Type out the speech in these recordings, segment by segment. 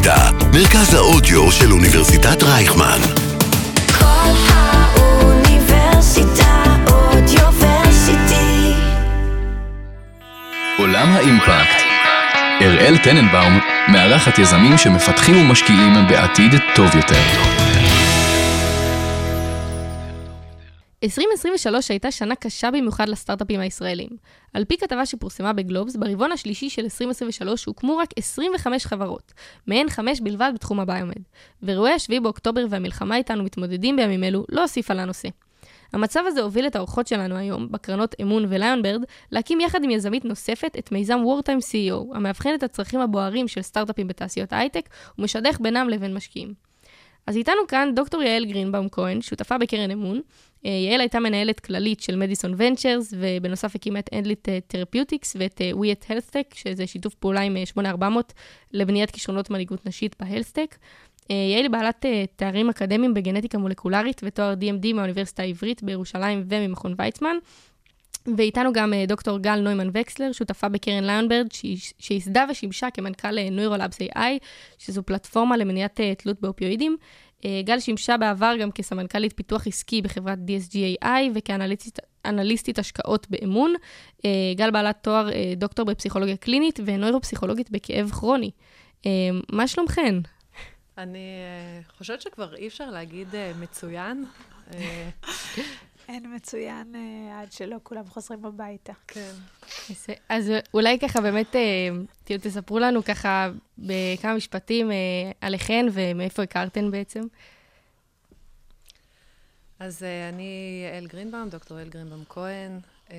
אוניברסיטה, מרכז האודיו של אוניברסיטת רייכמן. כל האוניברסיטה אודיוורסיטי. עולם האימפקט. אראל טננבאום מארחת יזמים שמפתחים ומשקיעים בעתיד טוב יותר. 2023 הייתה שנה קשה במיוחד לסטארט-אפים הישראלים. על פי כתבה שפורסמה בגלובס, ברבעון השלישי של 2023 הוקמו רק 25 חברות, מהן 5 בלבד בתחום הביומד. ואירועי ה7 באוקטובר והמלחמה איתנו מתמודדים בימים אלו לא הוסיף על הנושא. המצב הזה הוביל את האורחות שלנו היום, בקרנות אמון וליונברד, להקים יחד עם יזמית נוספת את מיזם וורטיים CEO, המאבחן את הצרכים הבוערים של סטארט-אפים בתעשיות הייטק, ומשדך בינם לבין משקיעים. אז איתנו כאן דוקטור יעל גרינבאום כהן, שותפה בקרן אמון. יעל הייתה מנהלת כללית של מדיסון ונצ'רס, ובנוסף הקימה את אנדליט תרפיוטיקס ואת וויט הלסטק, שזה שיתוף פעולה עם 8400 לבניית כישרונות מנהיגות נשית בהלסטק. יעל היא בעלת תארים אקדמיים בגנטיקה מולקולרית ותואר DMD מהאוניברסיטה העברית בירושלים וממכון ויצמן. ואיתנו גם דוקטור גל נוימן וקסלר, שותפה בקרן ליונברד, שהסדה ושימשה כמנכ"ל נוירולאבס AI, שזו פלטפורמה למניעת תלות באופיואידים. גל שימשה בעבר גם כסמנכ"לית פיתוח עסקי בחברת DSG AI וכאנליסטית השקעות באמון. גל בעלת תואר דוקטור בפסיכולוגיה קלינית ונוירופסיכולוגית בכאב כרוני. מה שלומכן? אני חושבת שכבר אי אפשר להגיד מצוין. אין מצוין עד שלא כולם חוזרים הביתה. כן. אז אולי ככה באמת תספרו לנו ככה בכמה משפטים עליכן ומאיפה הכרתן בעצם. אז אני יעל גרינבאום, דוקטור יעל גרינבאום כהן.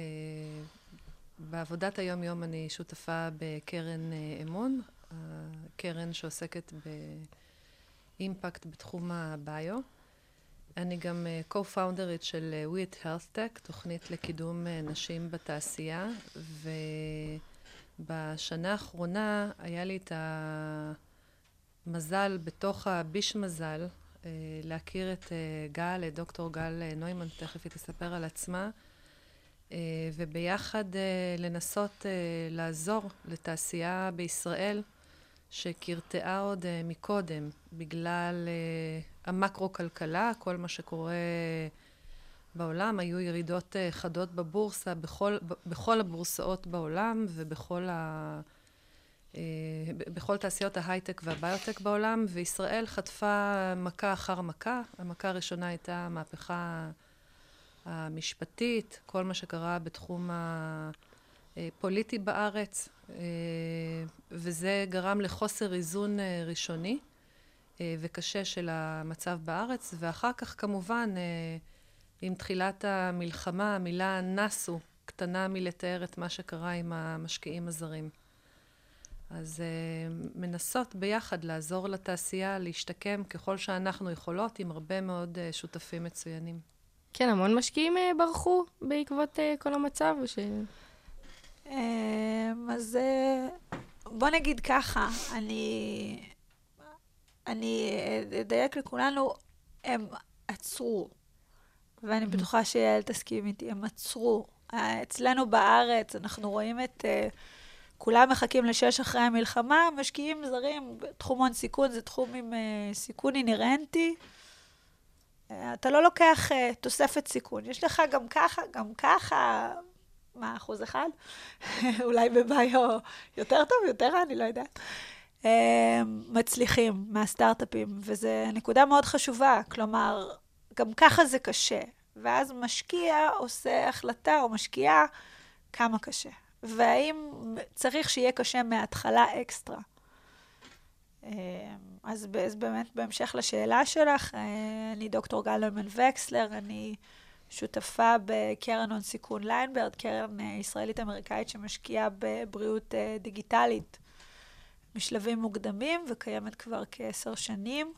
בעבודת היום-יום אני שותפה בקרן אמון, קרן שעוסקת באימפקט בתחום הביו. אני גם co-founderית של וויט הלסטק, תוכנית לקידום נשים בתעשייה, ובשנה האחרונה היה לי את המזל, בתוך הביש מזל, להכיר את גל, את דוקטור גל נוימן, תכף היא תספר על עצמה, וביחד לנסות לעזור לתעשייה בישראל, שקרטעה עוד מקודם, בגלל המקרו-כלכלה, כל מה שקורה בעולם, היו ירידות חדות בבורסה, בכל הבורסאות בעולם, בכל תעשיות ההייטק והביוטק בעולם, וישראל חטפה מכה אחר מכה. המכה הראשונה הייתה המהפכה המשפטית, כל מה שקרה בתחום הפוליטי בארץ, וזה גרם לחוסר איזון ראשוני וקשה של המצב בארץ, ואחר כך כמובן עם תחילת המלחמה, המילה נסו קטנה מלתאר את מה שקרה עם המשקיעים הזרים. אז מנסות ביחד לעזור לתעשייה להשתקם ככל שאנחנו יכולות, עם הרבה מאוד שותפים מצוינים. כן, המון משקיעים ברחו בעקבות כל המצב, אז בוא נגיד ככה, אני אדייק לכולנו, הם עצרו, ואני בטוחה שיעל תסכים איתי, הם עצרו. אצלנו בארץ אנחנו רואים את כולם מחכים לשש אחרי המלחמה, משקיעים זרים, תחום הון סיכון, זה תחום עם סיכון אינרנטי. אתה לא לוקח תוספת סיכון, יש לך גם ככה, מה, 1%? אולי בביו יותר טוב, יותר רע, אני לא יודעת. מצליחים מהסטארט-אפים, וזו נקודה מאוד חשובה, כלומר, גם ככה זה קשה, ואז משקיע עושה החלטה או משקיעה כמה קשה, והאם צריך שיהיה קשה מההתחלה אקסטרה. אז באמת בהמשך לשאלה שלך, אני דוקטור גל נוימן וקסלר, אני שותפה בקרן הון סיכון ליונברד, קרן ישראלית אמריקאית שמשקיעה בבריאות דיגיטלית משלבים מוקדמים, וקיימת כבר כ10 שנים.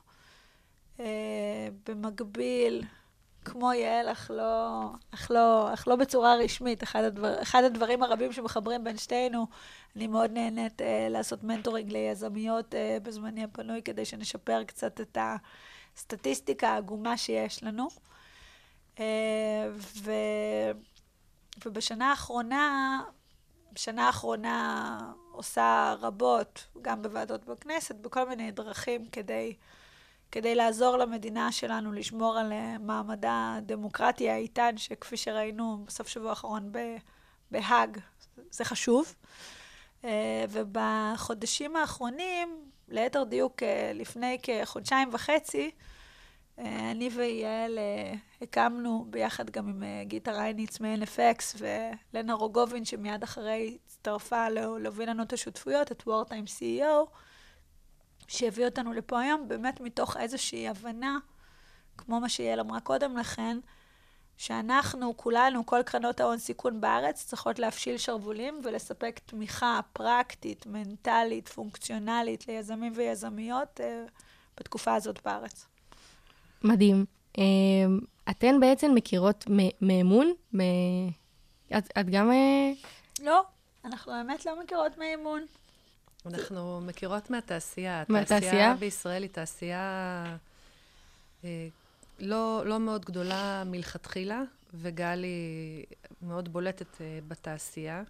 במקביל, כמו יעל, אך לא בצורה רשמית, אחד הדברים הרבים שמחברים בין שתינו, אני מאוד נהנית לעשות מנטורינג ליזמיות בזמני הפנוי, כדי שנשפר קצת את הסטטיסטיקה העגומה שיש לנו. ובשנה האחרונה בשנה האחרונה עושה רבות, גם בוועדות בכנסת, בכל מיני דרכים כדי לעזור למדינה שלנו לשמור על מעמדה הדמוקרטי האיתן, שכפי שראינו בסוף שבוע האחרון בהאג, זה חשוב. ובחודשים האחרונים, ליתר דיוק לפני כחודשיים וחצי, אני ויעל הקמנו ביחד גם עם גיטה רייניץ מ-NFX ולנה רוגובין שמיד אחרי הצטרפה להוביל לנו את השותפויות, את וורטיים CEO, שהביא אותנו לפה היום באמת מתוך איזושהי הבנה, כמו מה שיעל אמרה קודם לכן, שאנחנו כולנו, כל קרנות ההון סיכון בארץ, צריכות להפשיל שרבולים ולספק תמיכה פרקטית, מנטלית, פונקציונלית ליזמים ויזמיות בתקופה הזאת בארץ. מדהים. אתן בעצם מכירות מאמון? את גם... לא, אנחנו באמת לא מכירות מאמון. אנחנו מכירות מהתעשייה. מהתעשייה? התעשייה בישראל היא תעשייה לא מאוד גדולה מלכתחילה, וגלי מאוד בולטת בתעשייה.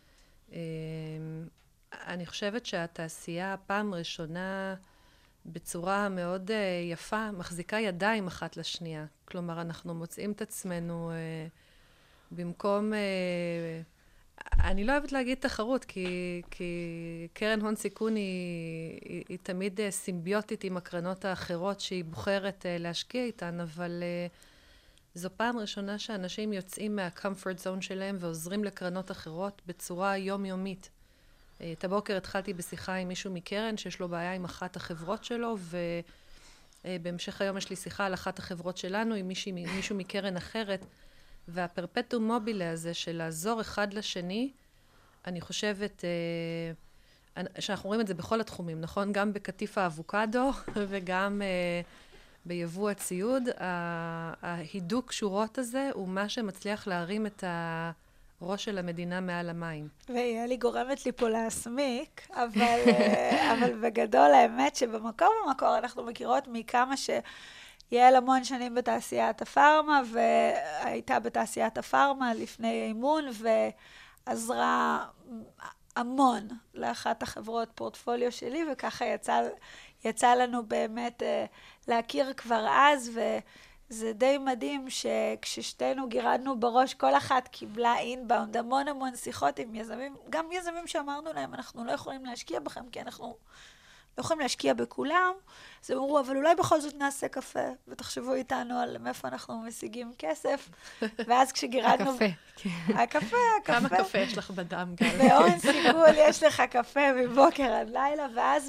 אני חושבת שהתעשייה פעם ראשונה בצורה מאוד יפה, מחזיקה ידיים אחת לשנייה. כלומר, אנחנו מוצאים את עצמנו במקום... אני לא אוהבת להגיד תחרות, כי קרן הון סיכון היא תמיד סימביוטית עם הקרנות האחרות שהיא בוחרת להשקיע איתן, אבל זו פעם ראשונה שאנשים יוצאים מה-comfort zone שלהם ועוזרים לקרנות אחרות בצורה יומיומית. את הבוקר התחלתי בשיחה עם מישהו מקרן שיש לו בעיה עם אחת החברות שלו, ובהמשך היום יש לי שיחה על אחת החברות שלנו עם מישהו מקרן אחרת, והפרפטום מובילה הזה של לעזור אחד לשני, אני חושבת שאנחנו רואים את זה בכל התחומים, נכון? גם בקטיף האבוקדו וגם ביבוא הציוד. ההידוק שורות הזה הוא מה שמצליח להרים את הראש של המדינה מעל המים. ויעלי גורמת לי פה להסמיק, אבל בגדול האמת שבמקור אנחנו מכירות מכמה יעל המון שנים בתעשיית הפארמה, והייתה בתעשיית הפארמה לפני אימון, ועזרה המון לאחת החברות פורטפוליו שלי, וככה יצא לנו באמת להכיר כבר אז, וזה די מדהים שכששתינו גירדנו בראש, כל אחת קיבלה אינבאונד, המון שיחות עם יזמים, גם יזמים שאמרנו להם, אנחנו לא יכולים להשקיע בכם, כי אנחנו לא יכולים להשקיע בכולם, אז הם אמרו, אבל אולי בכל זאת נעשה קפה, ותחשבו איתנו על מאיפה אנחנו משיגים כסף, ואז כשגירדנו... הקפה. כמה קפה יש לך בדם, גל? בהון סיכון יש לך קפה מבוקר עד לילה,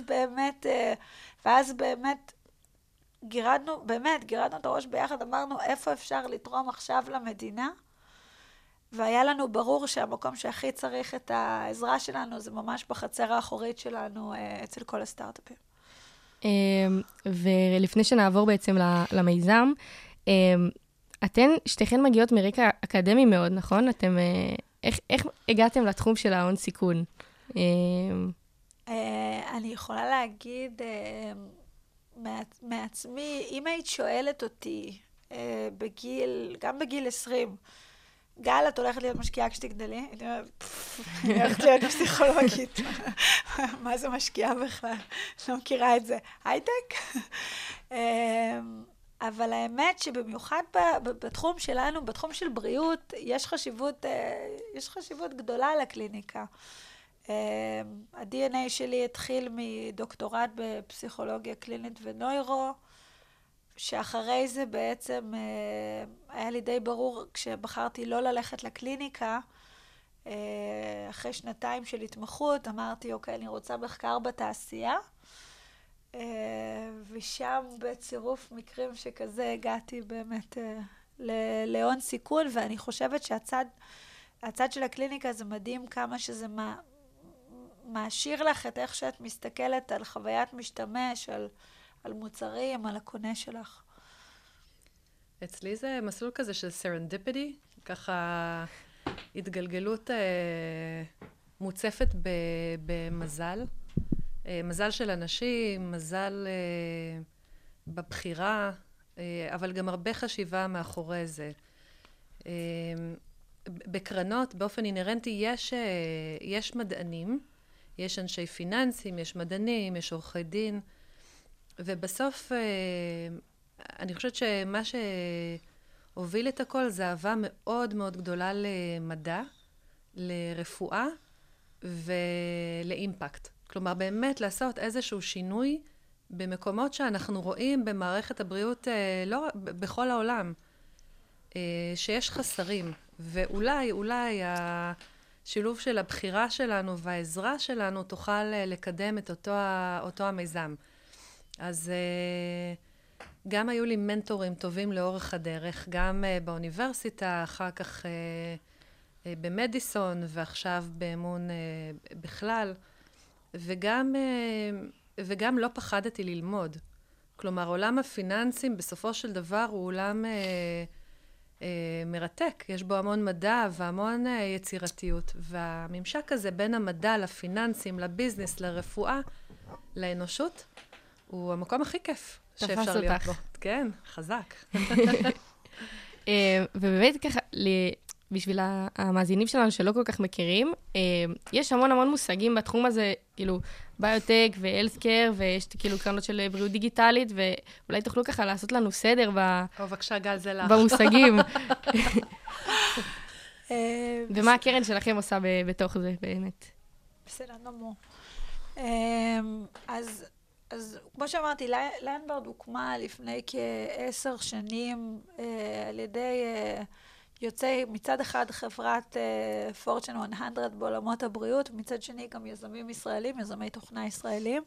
ואז באמת גירדנו את הראש ביחד, אמרנו איפה אפשר לתרום עכשיו למדינה, והיה לנו ברור שהמקום שהכי צריך את העזרה שלנו, זה ממש בחצר האחורית שלנו אצל כל הסטארט-אפים. ולפני שנעבור בעצם למיזם, אתן שתיכן מגיעות מרקע אקדמי מאוד, נכון? איך הגעתם לתחום של ההון סיכון? אני יכולה להגיד מעצמי, אם היית שואלת אותי גם בגיל 20, גל, את הולכת להיות משקיעה כשתגדלי? אני הולכת להיות פסיכולוגית. מה זה משקיעה בכלל? לא מכירה את זה. הייטק? אבל האמת שבמיוחד בתחום שלנו, בתחום של בריאות, יש חשיבות גדולה לקליניקה. ה-DNA שלי התחיל מדוקטורט בפסיכולוגיה קלינית ונוירו, שאחרי זה בעצם היה לי די ברור, כשבחרתי לא ללכת לקליניקה, אחרי 2 של התמחות, אמרתי, אוקיי, אני רוצה מחקר בתעשייה, ושם בצירוף מקרים שכזה הגעתי באמת להון סיכון, ואני חושבת שהצד של הקליניקה זה מדהים כמה שזה מעשיר לך את איך שאת מסתכלת על חוויית משתמש, על מוצרים, על הקונה שלך. אצלי זה מסלול כזה של סרנדיפיטי, ככה התגלגלות מוצפת במזל. מזל של אנשים, מזל בבחירה, אבל גם הרבה חשיבה מאחורי זה. בקרנות, באופן אינרנטי, יש מדענים, יש אנשי פיננסים, יש מדענים, יש עורכי דין, ובסוף אני חושבת שמה שהוביל את הכל זה אהבה מאוד מאוד גדולה למדע, לרפואה ולאימפקט. כלומר, באמת לעשות איזשהו שינוי במקומות שאנחנו רואים במערכת הבריאות בכל העולם, שיש חסרים, ואולי השילוב של הבחירה שלנו והעזרה שלנו תוכל לקדם את אותו המיזם. אז גם היו לי מנטורים טובים לאורך הדרך, גם באוניברסיטה, אחר כך במדיסון, ועכשיו באמון בכלל, וגם לא פחדתי ללמוד. כלומר, עולם הפיננסים בסופו של דבר הוא עולם מרתק. יש בו המון מדע והמון יצירתיות. והממשק הזה בין המדע לפיננסים, לביזנס, לרפואה, לאנושות, הוא המקום הכי כיף שאפשר להיות בו. כן, חזק. ובאמת ככה, בשביל המאזינים שלנו שלא כל כך מכירים, יש המון מושגים בתחום הזה, כאילו ביוטק ואלסקר, ויש כאילו קרנות של בריאות דיגיטלית, ואולי תוכלו ככה לעשות לנו סדר בבקשה, גל, זה לך. במושגים. ומה הקרן שלכם עושה בתוך זה, באמת? בסדר, גמור. אז כמו שאמרתי, ליינברד הוקמה לפני כ10 שנים על ידי יוצאי מצד אחד חברת Fortune 100 בעולמות הבריאות, ומצד שני גם יזמים ישראלים, יזמי תוכנה ישראלים.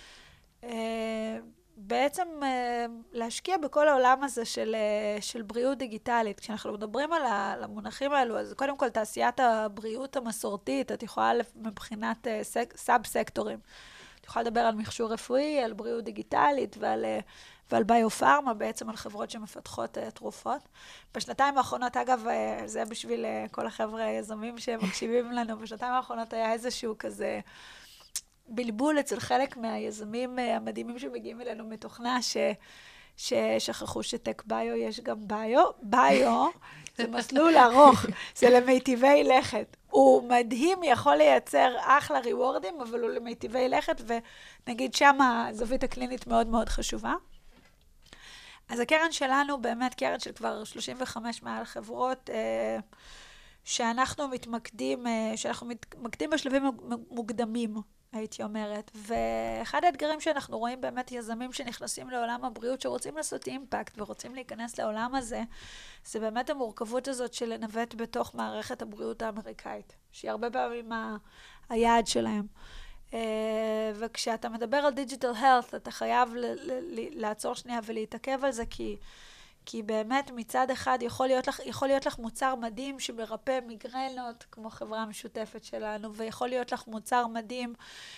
בעצם להשקיע בכל העולם הזה של בריאות דיגיטלית. כשאנחנו מדברים על המונחים האלו, אז קודם כל תעשיית הבריאות המסורתית, את יכולה מבחינת סאב-סקטורים. את יכולה לדבר על מכשור רפואי, על בריאות דיגיטלית ועל ביופארמה, בעצם על חברות שמפתחות תרופות. בשנתיים האחרונות, אגב, זה בשביל כל החבר'ה היזמים שמקשיבים לנו, בשנתיים האחרונות היה איזשהו כזה בלבול אצל חלק מהיזמים המדהימים שמגיעים אלינו מתוכנה, ששכחו שטק ביו יש גם ביו. ביו זה מסלול ארוך, זה למיטיבי לכת. הוא מדהים, יכול לייצר אחלה ריוורדים, אבל הוא למיטיבי לכת, ונגיד שם הזווית הקלינית מאוד מאוד חשובה. אז הקרן שלנו באמת קרן של כבר 35 מעל חברות, שאנחנו מתמקדים בשלבים מוקדמים, הייתי אומרת. ואחד האתגרים שאנחנו רואים באמת יזמים שנכנסים לעולם הבריאות, שרוצים לעשות אימפקט ורוצים להיכנס לעולם הזה, זה באמת המורכבות הזאת של לנווט בתוך מערכת הבריאות האמריקאית, שהיא הרבה פעמים היעד שלהם. וכשאתה מדבר על דיג'יטל הלת' אתה חייב לעצור שנייה ולהתעכב על זה, כי באמת מצד אחד יכול להיות לך מוצר מדהים שמרפא מיגרנות, כמו חברה משותפת שלנו, ויכול להיות לך מוצר מדהים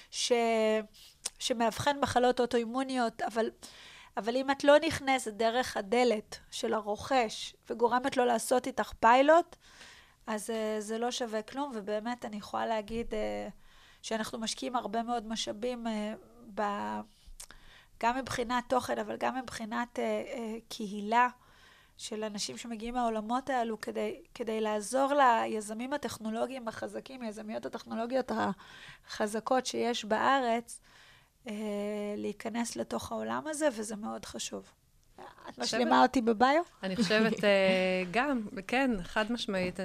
שמאבחן מחלות אוטואימוניות, אבל אם את לא נכנסת דרך הדלת של הרוכש, וגורמת לו לעשות איתך פיילוט, אז זה לא שווה כלום, ובאמת אני יכולה להגיד שאנחנו משקיעים הרבה מאוד משאבים גם מבחינת תוכן, אבל גם מבחינת קהילה של אנשים שמגיעים מהעולמות האלו, כדי לעזור ליזמים הטכנולוגיים החזקים, יזמיות הטכנולוגיות החזקות שיש בארץ, להיכנס לתוך העולם הזה, וזה מאוד חשוב. את משלימה אותי בביו? אני חושבת גם, כן, חד משמעית.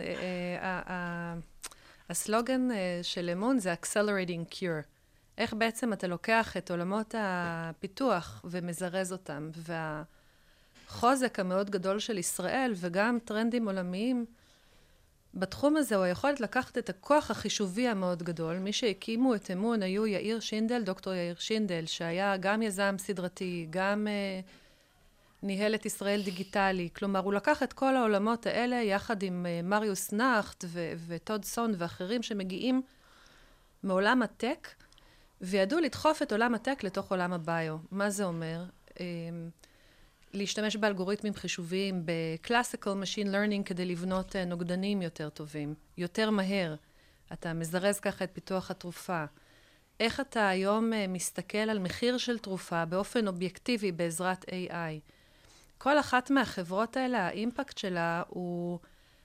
הסלוגן של אמון זה Accelerating Cure. איך בעצם אתה לוקח את עולמות הפיתוח ומזרז אותם, והחוזק המאוד גדול של ישראל וגם טרנדים עולמיים בתחום הזה, הוא היכולת לקחת את הכוח החישובי המאוד גדול. מי שהקימו את אמון היו יאיר שינדל, דוקטור יאיר שינדל, שהיה גם יזם סדרתי, גם ניהל את ישראל דיגיטלי. כלומר, הוא לקח את כל העולמות האלה יחד עם מריוס נחט וטוד סון ואחרים שמגיעים מעולם הטק, וידעו לדחוף את עולם הטק לתוך עולם הביו. מה זה אומר? להשתמש באלגוריתמים חישוביים, ב-classical machine learning כדי לבנות נוגדנים יותר טובים, יותר מהר. אתה מזרז ככה את פיתוח התרופה. איך אתה היום מסתכל על מחיר של תרופה באופן אובייקטיבי בעזרת AI? כל אחת מהחברות האלה, האימפקט שלה הוא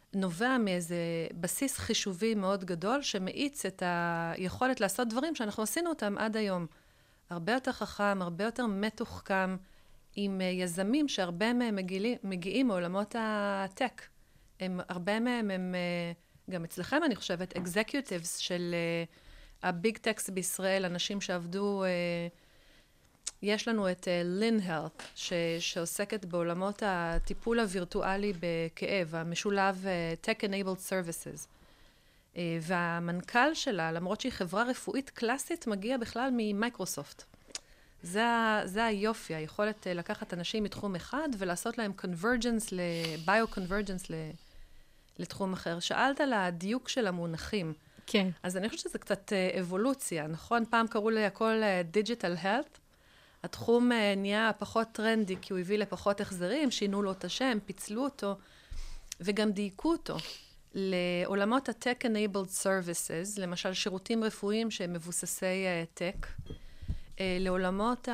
נובע מאיזה בסיס חישובי מאוד גדול, שמאיץ את היכולת לעשות דברים שאנחנו עשינו אותם עד היום. הרבה יותר חכם, הרבה יותר מתוחכם, עם יזמים שהרבה מהם מגיעים מעולמות הטק. הרבה מהם הם, גם אצלכם אני חושבת, executives של הביג טקס בישראל, אנשים שעבדו, יש לנו את לין הלת, שעוסקת בעולמות הטיפול הווירטואלי בכאב, המשולב Tech-Enabled Services. והמנכ"ל שלה, למרות שהיא חברה רפואית קלאסית, מגיע בכלל ממייקרוסופט. זה היופי, היכולת לקחת אנשים מתחום אחד ולעשות להם convergence, ביו-convergence לתחום אחר. שאלת על הדיוק של המונחים. כן. אז אני חושבת שזה קצת אבולוציה, נכון? פעם קראו לי הכל digital health, התחום נהיה פחות טרנדי, כי הוא הביא לפחות החזרים, שינו לו את השם, פיצלו אותו, וגם דייקו אותו לעולמות ה-Tech-Enabled Services, למשל שירותים רפואיים שהם מבוססי טק, לעולמות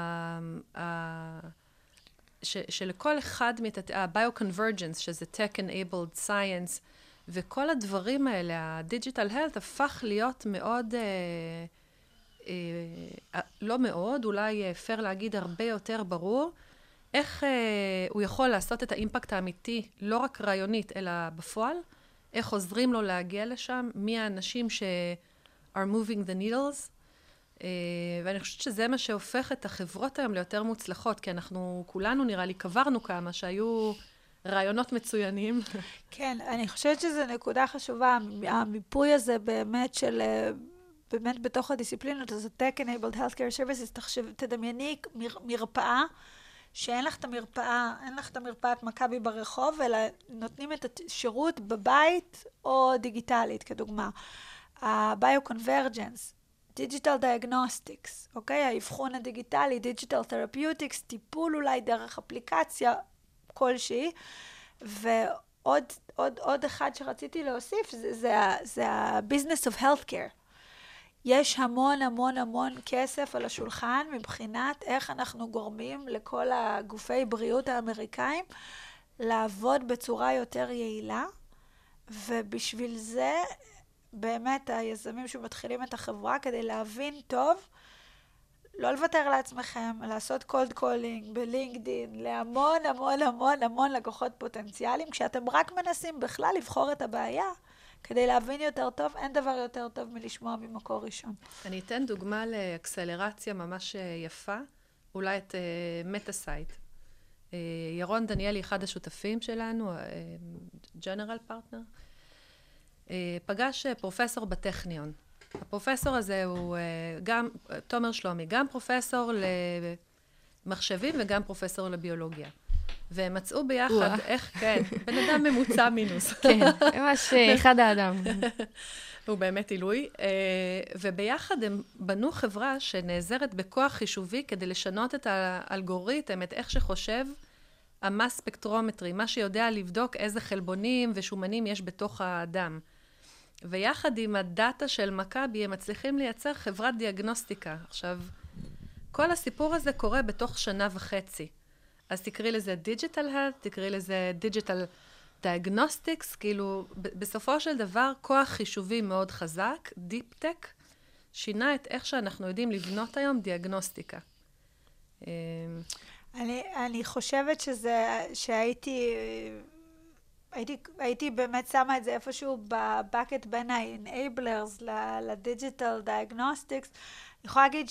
שלכל אחד ה-Bioconvergence, שזה Tech-Enabled Science, וכל הדברים האלה, ה-Digital Health הפך להיות מאוד, לא מאוד, אולי פייר להגיד הרבה יותר ברור, איך הוא יכול לעשות את האימפקט האמיתי, לא רק רעיונית, אלא בפועל, איך עוזרים לו להגיע לשם, מי האנשים are moving the needles, ואני חושבת שזה מה שהופך את החברות היום ליותר מוצלחות, כי אנחנו כולנו נראה לי קברנו כמה שהיו רעיונות מצוינים. כן, אני חושבת שזו נקודה חשובה, המיפוי הזה באמת של, באמת בתוך הדיסציפלינות, אז Tech-Enabled Healthcare Services, תדמייני מרפאה, שאין לך את המרפאה, אין לך את המרפאת מכבי ברחוב, אלא נותנים את השירות בבית או דיגיטלית, כדוגמה. ה-Bioconvergence, Digital Diagnostics, אוקיי? האבחון הדיגיטלי, Digital Therapeutics, טיפול אולי דרך אפליקציה כלשהי, ועוד אחד שרציתי להוסיף, זה ה-Business of Healthcare. יש המון המון המון כסף על השולחן מבחינת איך אנחנו גורמים לכל הגופי בריאות האמריקאים לעבוד בצורה יותר יעילה, ובשביל זה באמת היזמים שמתחילים את החברה כדי להבין טוב, לא לוותר לעצמכם, לעשות cold calling בלינקדין, להמון המון המון המון לקוחות פוטנציאליים, כשאתם רק מנסים בכלל לבחור את הבעיה, כדי להבין יותר טוב, אין דבר יותר טוב מלשמוע ממקור ראשון. אני אתן דוגמה לאקסלרציה ממש יפה, אולי את מטה-סייט. ירון דניאלי, אחד השותפים שלנו, ג'נרל פרטנר, פגש פרופסור בטכניון. הפרופסור הזה הוא גם, תומר שלומי, גם פרופסור למחשבים וגם פרופסור לביולוגיה. והם מצאו ביחד איך, כן, בן אדם ממוצע מינוס. כן, ממש אחד האדם. הוא באמת עילוי. וביחד הם בנו חברה שנעזרת בכוח חישובי כדי לשנות את האלגוריתם, את איך שחושב המס ספקטרומטרי, מה שיודע לבדוק איזה חלבונים ושומנים יש בתוך האדם. ויחד עם הדאטה של מכבי, הם מצליחים לייצר חברת דיאגנוסטיקה. עכשיו, כל הסיפור הזה קורה בתוך 1.5 שנה. אז תקראי לזה Digital Health, תקראי לזה Digital Diagnostics, כאילו, בסופו של דבר, כוח חישובי מאוד חזק, Deep Tech, שינה את איך שאנחנו יודעים לבנות היום דיאגנוסטיקה. אני חושבת הייתי באמת שמה את זה איפשהו בבקט בין ה-enablers ל-digital diagnostics. אני יכולה להגיד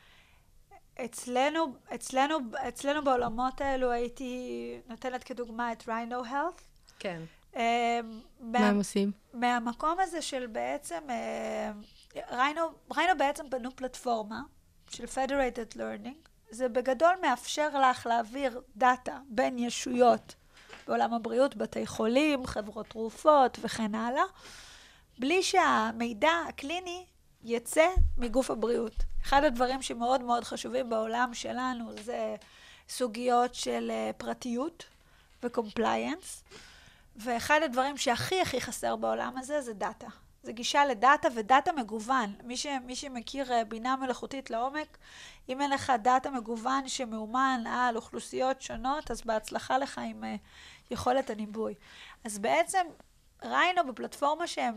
שאצלנו בעולמות האלו הייתי נותנת כדוגמה את Rhino Health. כן. מה הם עושים? מהמקום הזה של בעצם, Rhino בעצם בנו פלטפורמה של Federated Learning. זה בגדול מאפשר לך להעביר דאטה בין ישויות בעולם הבריאות, בתי חולים, חברות תרופות וכן הלאה, בלי שהמידע הקליני יצא מגוף הבריאות. אחד הדברים שמאוד מאוד חשובים בעולם שלנו זה סוגיות של פרטיות וקומפליינס, ואחד הדברים שהכי הכי חסר בעולם הזה זה דאטה. זה גישה לדאטה ודאטה מגוון. מי שמכיר בינה מלאכותית לעומק, אם אין לך דאטה מגוון שמאומן על אוכלוסיות שונות, אז בהצלחה לך עם יכולת הניבוי. אז בעצם ריינו בפלטפורמה שהם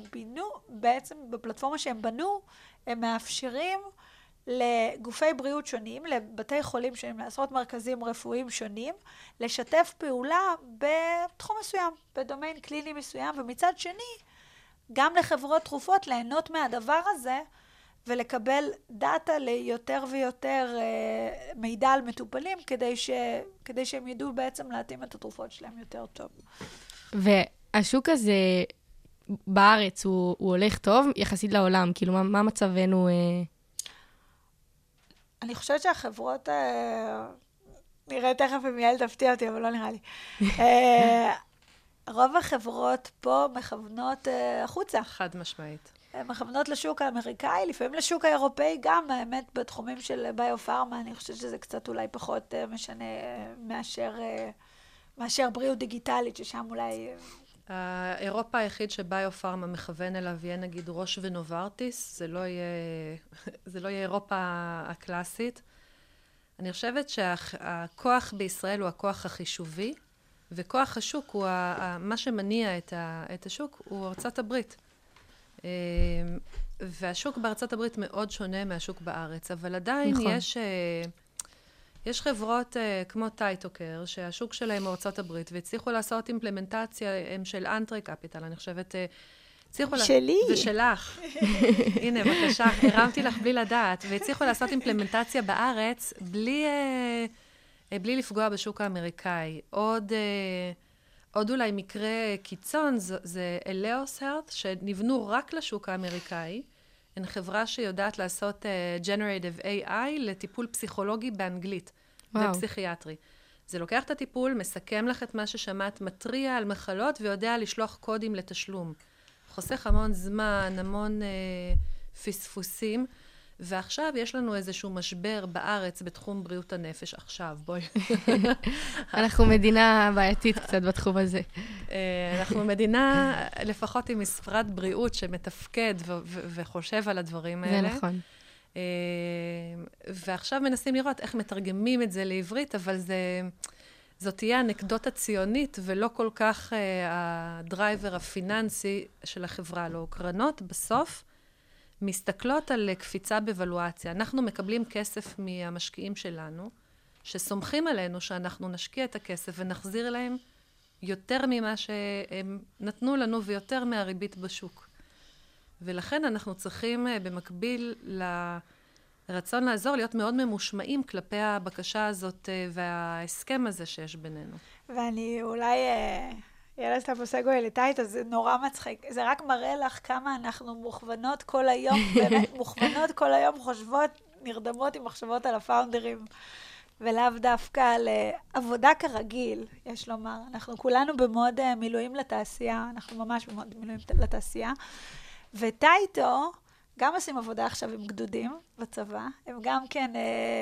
בנו, הם מאפשרים לגופי בריאות שונים, לבתי חולים שונים, לעשרות מרכזים רפואיים שונים, לשתף פעולה בתחום מסוים, בדומיין קליני מסוים, ומצד שני, גם לחברות תרופות ליהנות מהדבר הזה, ולקבל דאטה ליותר ויותר מידע על מטופלים, כדי שהם ידעו בעצם להתאים את התרופות שלהם יותר טוב. והשוק הזה בארץ הוא הולך טוב יחסית לעולם, כאילו מה מצבנו? אני חושבת שהחברות, נראה תכף אם יעל תפתיע אותי, אבל לא נראה לי. רוב החברות פה מכוונות החוצה. חד משמעית. מכוונות לשוק האמריקאי, לפעמים לשוק האירופאי גם, האמת, בתחומים של ביו-פארמה, אני חושבת שזה קצת אולי פחות משנה מאשר בריאות דיגיטלית, ששם אולי... האירופה היחיד שביו-פארמה מכוון אליו יהיה נגיד ראש ונוברטיס, זה לא יהיה אירופה הקלאסית. אני חושבת שהכוח בישראל הוא הכוח החישובי, וכוח השוק הוא מה שמניע את השוק הוא ארצות הברית. והשוק בארצות הברית מאוד שונה מהשוק בארץ, אבל עדיין נכון. יש חברות כמו טייטוקר, שהשוק שלהם הוא ארצות הברית, והצליחו לעשות אימפלמנטציה של אנטרי קפיטל, אני חושבת... שלי. ושלך. הנה, בבקשה, הרמתי לך בלי לדעת, והצליחו לעשות אימפלמנטציה בארץ, בלי לפגוע בשוק האמריקאי. עוד אולי מקרה קיצון, זה אלאוס הרט, שנבנו רק לשוק האמריקאי, הן חברה שיודעת לעשות Generative AI לטיפול פסיכולוגי באנגלית ופסיכיאטרי. זה לוקח את הטיפול, מסכם לך את מה ששמעת, מטריע על מחלות ויודע לשלוח קודים לתשלום. חוסך המון זמן, המון פספוסים, ועכשיו יש לנו איזשהו משבר בארץ בתחום בריאות הנפש. עכשיו, בואי. אנחנו מדינה בעייתית קצת בתחום הזה. אנחנו מדינה, לפחות עם משרד בריאות שמתפקד וחושב על הדברים האלה. זה נכון. ועכשיו מנסים לראות איך מתרגמים את זה לעברית, אבל זאת תהיה אנקדוטה ציונית, ולא כל כך הדרייבר הפיננסי של החברה. לא, קרנות בסוף מסתכלות על קפיצה בוולואציה. אנחנו מקבלים כסף מהמשקיעים שלנו, שסומכים עלינו שאנחנו נשקיע את הכסף ונחזיר להם יותר ממה שהם נתנו לנו ויותר מהריבית בשוק. ולכן אנחנו צריכים במקביל לרצון לעזור, להיות מאוד ממושמעים כלפי הבקשה הזאת וההסכם הזה שיש בינינו. ואני אולי... יאללה, סתם עושה גוי לטייטו, זה נורא מצחיק. זה רק מראה לך כמה אנחנו מוכוונות כל היום, באמת מוכוונות כל היום, חושבות, נרדמות עם מחשבות על הפאונדרים, ולאו דווקא על עבודה כרגיל, יש לומר. אנחנו כולנו במוד מילואים לתעשייה, אנחנו ממש במוד מילואים לתעשייה, וטייטו גם עושים עבודה עכשיו עם גדודים בצבא, הם גם כן...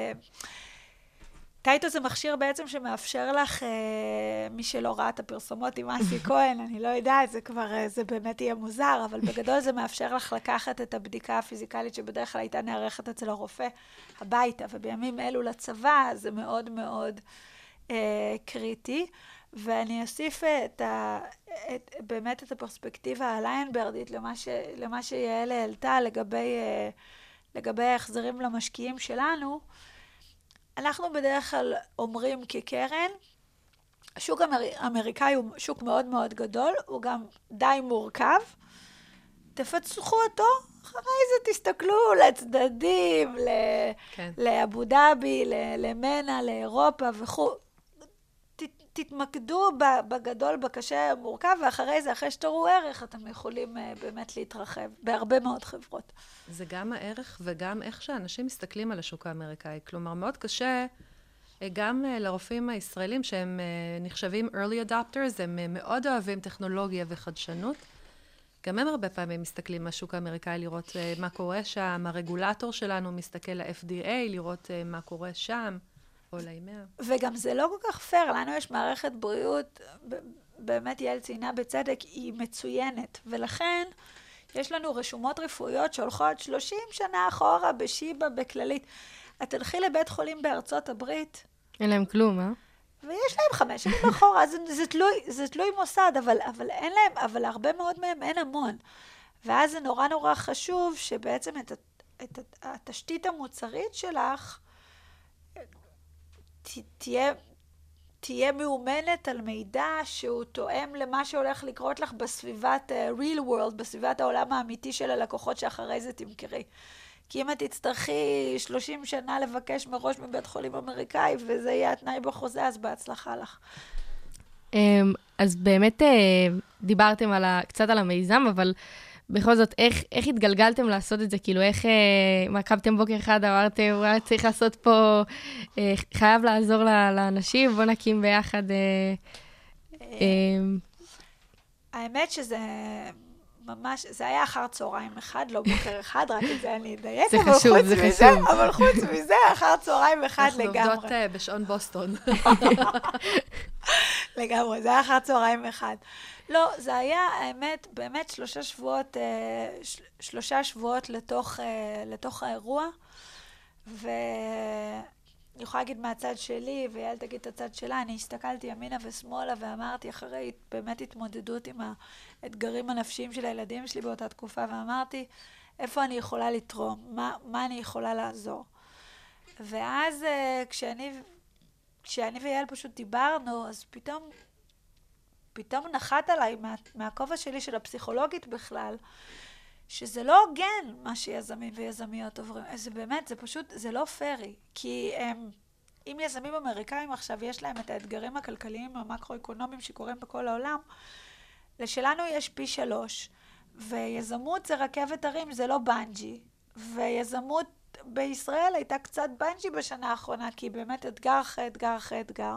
טייטו זה מכשיר בעצם שמאפשר לך, מי שלא ראה את הפרסומות עם אסי כהן, אני לא יודעת, זה כבר, זה באמת יהיה מוזר, אבל בגדול זה מאפשר לך לקחת את הבדיקה הפיזיקלית שבדרך כלל הייתה נערכת אצל הרופא הביתה, ובימים אלו לצבא זה מאוד מאוד קריטי, ואני אוסיף באמת את הפרספקטיבה הליינברדית למה שיעל העלתה לגבי ההחזרים למשקיעים שלנו. אנחנו בדרך כלל אומרים כקרן, השוק האמריקאי הוא שוק מאוד מאוד גדול, הוא גם די מורכב, תפצחו אותו, אחרי זה תסתכלו לצדדים, לאבו דאבי, למנה, לאירופה וכו'. תתמקדו בגדול, בקשה מורכב, ואחרי זה, אחרי שתראו ערך, אתם יכולים באמת להתרחב בהרבה מאוד חברות. זה גם הערך וגם איך שאנשים מסתכלים על השוק האמריקאי. כלומר, מאוד קשה, גם לרופאים הישראלים שהם נחשבים early adopters, הם מאוד אוהבים טכנולוגיה וחדשנות. גם הם הרבה פעמים מסתכלים מהשוק האמריקאי לראות מה קורה שם, הרגולטור שלנו מסתכל ל-FDA, לראות מה קורה שם. וגם זה לא כל כך פייר, לנו יש מערכת בריאות, באמת יעל ציינה בצדק, היא מצוינת, ולכן יש לנו רשומות רפואיות שהולכות 30 שנה אחורה בשיבא, בכללית. את תלכי לבית חולים בארצות הברית. אין להם כלום, אה? ויש להם 5 שנים אחורה, זה תלוי מוסד, אבל אין להם, אבל הרבה מאוד מהם אין המון. ואז זה נורא נורא חשוב שבעצם את התשתית המוצרית שלך תהיה מאומנת על מידע שהוא תואם למה שהולך לקרות לך בסביבת real world, בסביבת העולם האמיתי של הלקוחות שאחרי זה תמכרי. כי אם את תצטרכי 30 שנה לבקש מראש מבית חולים אמריקאי, וזה יהיה התנאי בחוזה, אז בהצלחה לך. אז באמת דיברתם קצת על המיזם, אבל בכל זאת, איך התגלגלתם לעשות את זה? כאילו, איך קמתם בוקר אחד, אמרתם, צריך לעשות פה, חייב לעזור לאנשים, בוא נקים ביחד. האמת שזה ממש, זה היה אחר צהריים אחד, לא בוקר אחד, רק את זה אני אדייק. זה חשוב, זה חשוב. אבל חוץ מזה, אחר צהריים אחד לגמרי. אנחנו עובדות בשעון בוסטון. לגמרי, זה היה אחר צהריים אחד. לא, זה היה, האמת, באמת 3 שבועות לתוך האירוע, ואני יכולה להגיד מהצד שלי, ויעל תגיד את הצד שלה, אני הסתכלתי ימינה ושמאלה, ואמרתי, אחרי באמת התמודדות עם האתגרים הנפשיים של הילדים שלי באותה תקופה, ואמרתי, איפה אני יכולה לתרום? מה אני יכולה לעזור? ואז כשאני ויעל פשוט דיברנו, אז פתאום נחת עליי מהכובע שלי של הפסיכולוגית בכלל, שזה לא הוגן מה שיזמים ויזמיות עוברים. זה באמת, זה פשוט, זה לא פרי. כי אם יזמים אמריקאים עכשיו יש להם את האתגרים הכלכליים המקרו-אקונומיים שקורים בכל העולם, לשלנו יש פי 3, ויזמות זה רכבת הרים, זה לא בנג'י. ויזמות בישראל הייתה קצת בנג'י בשנה האחרונה, כי באמת אתגר אחרי אתגר אחרי אתגר.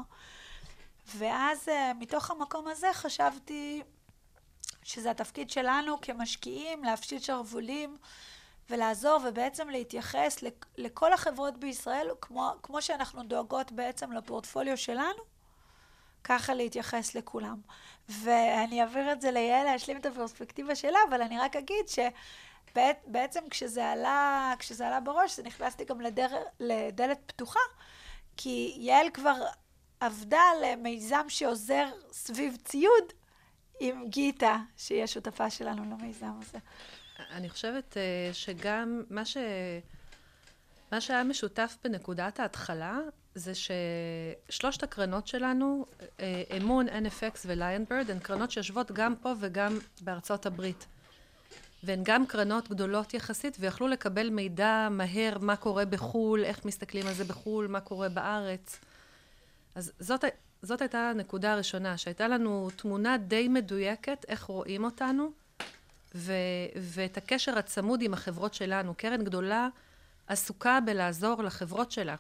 ואז מתוך המקום הזה חשבתי שזה התפקיד שלנו כמשקיעים, להפשיט שרבולים ולעזור ובעצם להתייחס לכל החברות בישראל, כמו שאנחנו דואגות בעצם לפורטפוליו שלנו, ככה להתייחס לכולם. ואני אעביר את זה ליעל להשלים את הפרספקטיבה שלה, אבל אני רק אגיד שבעצם כשזה עלה בראש, זה נכנסתי גם לדלת פתוחה, כי יעל כבר עבדה למיזם שעוזר סביב ציוד עם גיטה, שהיא השותפה שלנו למיזם הזה. אני חושבת שגם מה שהיה משותף בנקודת ההתחלה, זה ששלושת הקרנות שלנו, אמון, NFX וליינברד, הן קרנות שיושבות גם פה וגם בארצות הברית. והן גם קרנות גדולות יחסית, ויכלו לקבל מידע מהר מה קורה בחול, איך מסתכלים על זה בחול, מה קורה בארץ. אז זאת הייתה הנקודה הראשונה, שהייתה לנו תמונה די מדויקת, איך רואים אותנו, ואת הקשר הצמוד עם החברות שלנו. קרן גדולה עסוקה בלעזור לחברות שלה.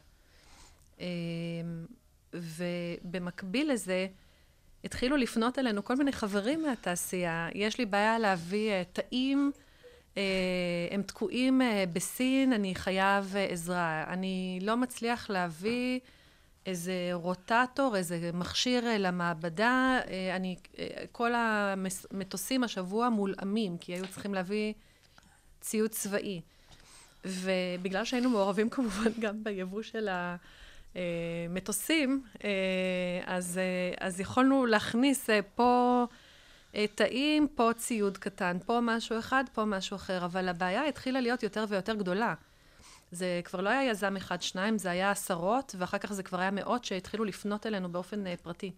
ובמקביל לזה, התחילו לפנות אלינו כל מיני חברים מהתעשייה. יש לי בעיה להביא תאים, הם תקועים בסין, אני חייב עזרה. אני לא מצליח להביא איזה רוטטור, איזה מכשיר למעבדה. כל המטוסים השבוע מולאמים, כי היו צריכים להביא ציוד צבאי. ובגלל שהיינו מעורבים כמובן גם ביבוא של המטוסים, אז יכולנו להכניס פה תאים, פה ציוד קטן, פה משהו אחד, פה משהו אחר, אבל הבעיה התחילה להיות יותר ויותר גדולה. זה כבר לא היה יזם אחד, שניים, זה היה עשרות, ואחר כך זה כבר היה מאות שהתחילו לפנות אלינו באופן פרטי.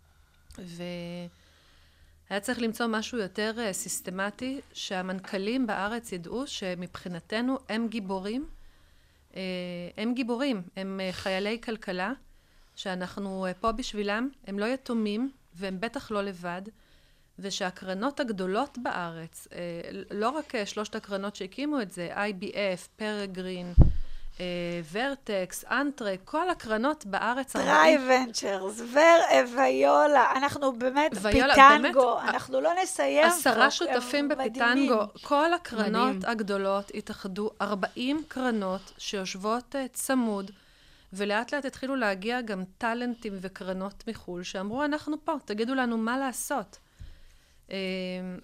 והיה צריך למצוא משהו יותר סיסטמטי, שהמנכ"לים בארץ ידעו שמבחינתנו הם גיבורים, הם חיילי כלכלה, שאנחנו פה בשבילם, הם לא יתומים, והם בטח לא לבד, ושהקרנות הגדולות בארץ, לא רק שלושת הקרנות שהקימו את זה, IBF, פרגרין, ורטקס, אנטרה, כל הקרנות בארץ... טריי ונצ'רס, ויולה, אנחנו באמת פיטנגו, אנחנו לא נסיים. 10 שותפים בפיטנגו, כל הקרנות הגדולות התאחדו, 40 קרנות שיושבות צמוד, ולאט לאט התחילו להגיע גם טלנטים וקרנות מחול, שאמרו, אנחנו פה, תגידו לנו מה לעשות.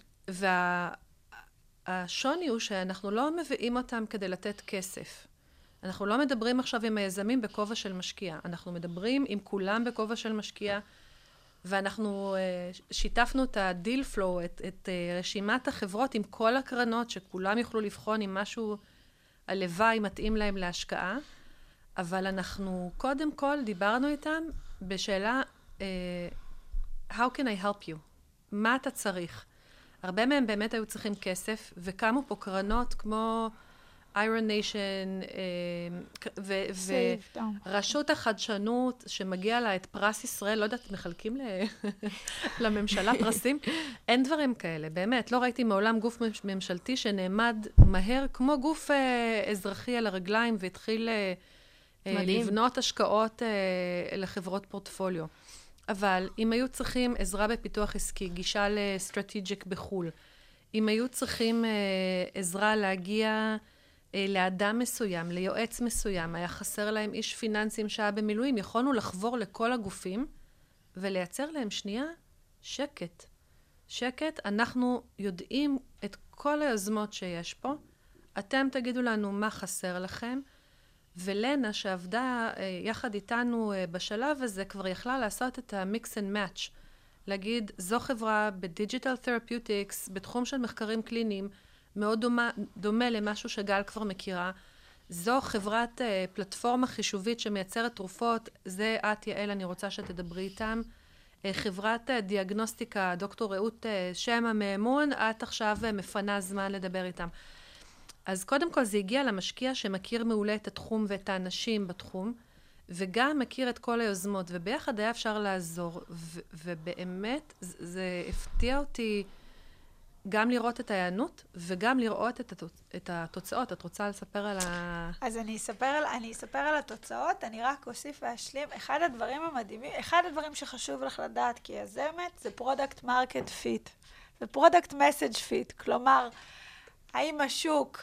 והשוני הוא שאנחנו לא מביאים אותם כדי לתת כסף. אנחנו לא מדברים עכשיו עם היזמים בכובע של משקיע, אנחנו מדברים עם כולם בכובע של משקיע, ואנחנו שיתפנו את הדיל פלואו, את רשימת החברות עם כל הקרנות, שכולם יוכלו לבחון אם משהו הלוואי מתאים להם להשקעה, אבל אנחנו קודם כל דיברנו איתם בשאלה, how can I help you? מה אתה צריך? הרבה מהם באמת היו צריכים כסף, וקמו פה קרנות כמו Iron Nation, ורשות החדשנות, שמגיע לה את פרס ישראל, לא יודעת, מחלקים לממשלה פרסים, אין דברים כאלה, באמת, לא ראיתי מעולם גוף ממשלתי שנעמד מהר, כמו גוף אזרחי על הרגליים, והתחיל לבנות השקעות לחברות פורטפוליו. אבל אם היו צריכים עזרה בפיתוח עסקי, גישה לסטרטג'יק בחול, אם היו צריכים עזרה להגיע לאדם מסוים, ליועץ מסוים, היה חסר להם איש פיננסים שהיה במילואים, יכולנו לחבור לכל הגופים ולייצר להם שנייה שקט. שקט, אנחנו יודעים את כל היוזמות שיש פה, אתם תגידו לנו מה חסר לכם, ולנה שעבדה יחד איתנו בשלב הזה כבר יכלה לעשות את ה-mix and match, להגיד זו חברה בדיג'יטל תרפיוטיקס, בתחום של מחקרים קליניים, מאוד דומה למשהו שגל כבר מכירה. זו חברת פלטפורמה חישובית שמייצרת תרופות, זה את יעל, אני רוצה שתדברי איתם. חברת דיאגנוסטיקה, דוקטור רעות שם המאמון, את עכשיו מפנה זמן לדבר איתם. אז קודם כל זה הגיע למשקיע שמכיר מעולה את התחום ואת האנשים בתחום, וגם מכיר את כל היוזמות, וביחד היה אפשר לעזור, ובאמת זה הפתיע אותי גם לראות את ההיענות, וגם לראות את התוצאות. את רוצה לספר על אז אני אספר על התוצאות, אני רק אוסיף ואשלים. אחד הדברים המדהימים, אחד הדברים שחשוב לך לדעת כיזמת, זה פרודקט מרקט פיט, ופרודקט מסאג' פיט, כלומר, האם השוק,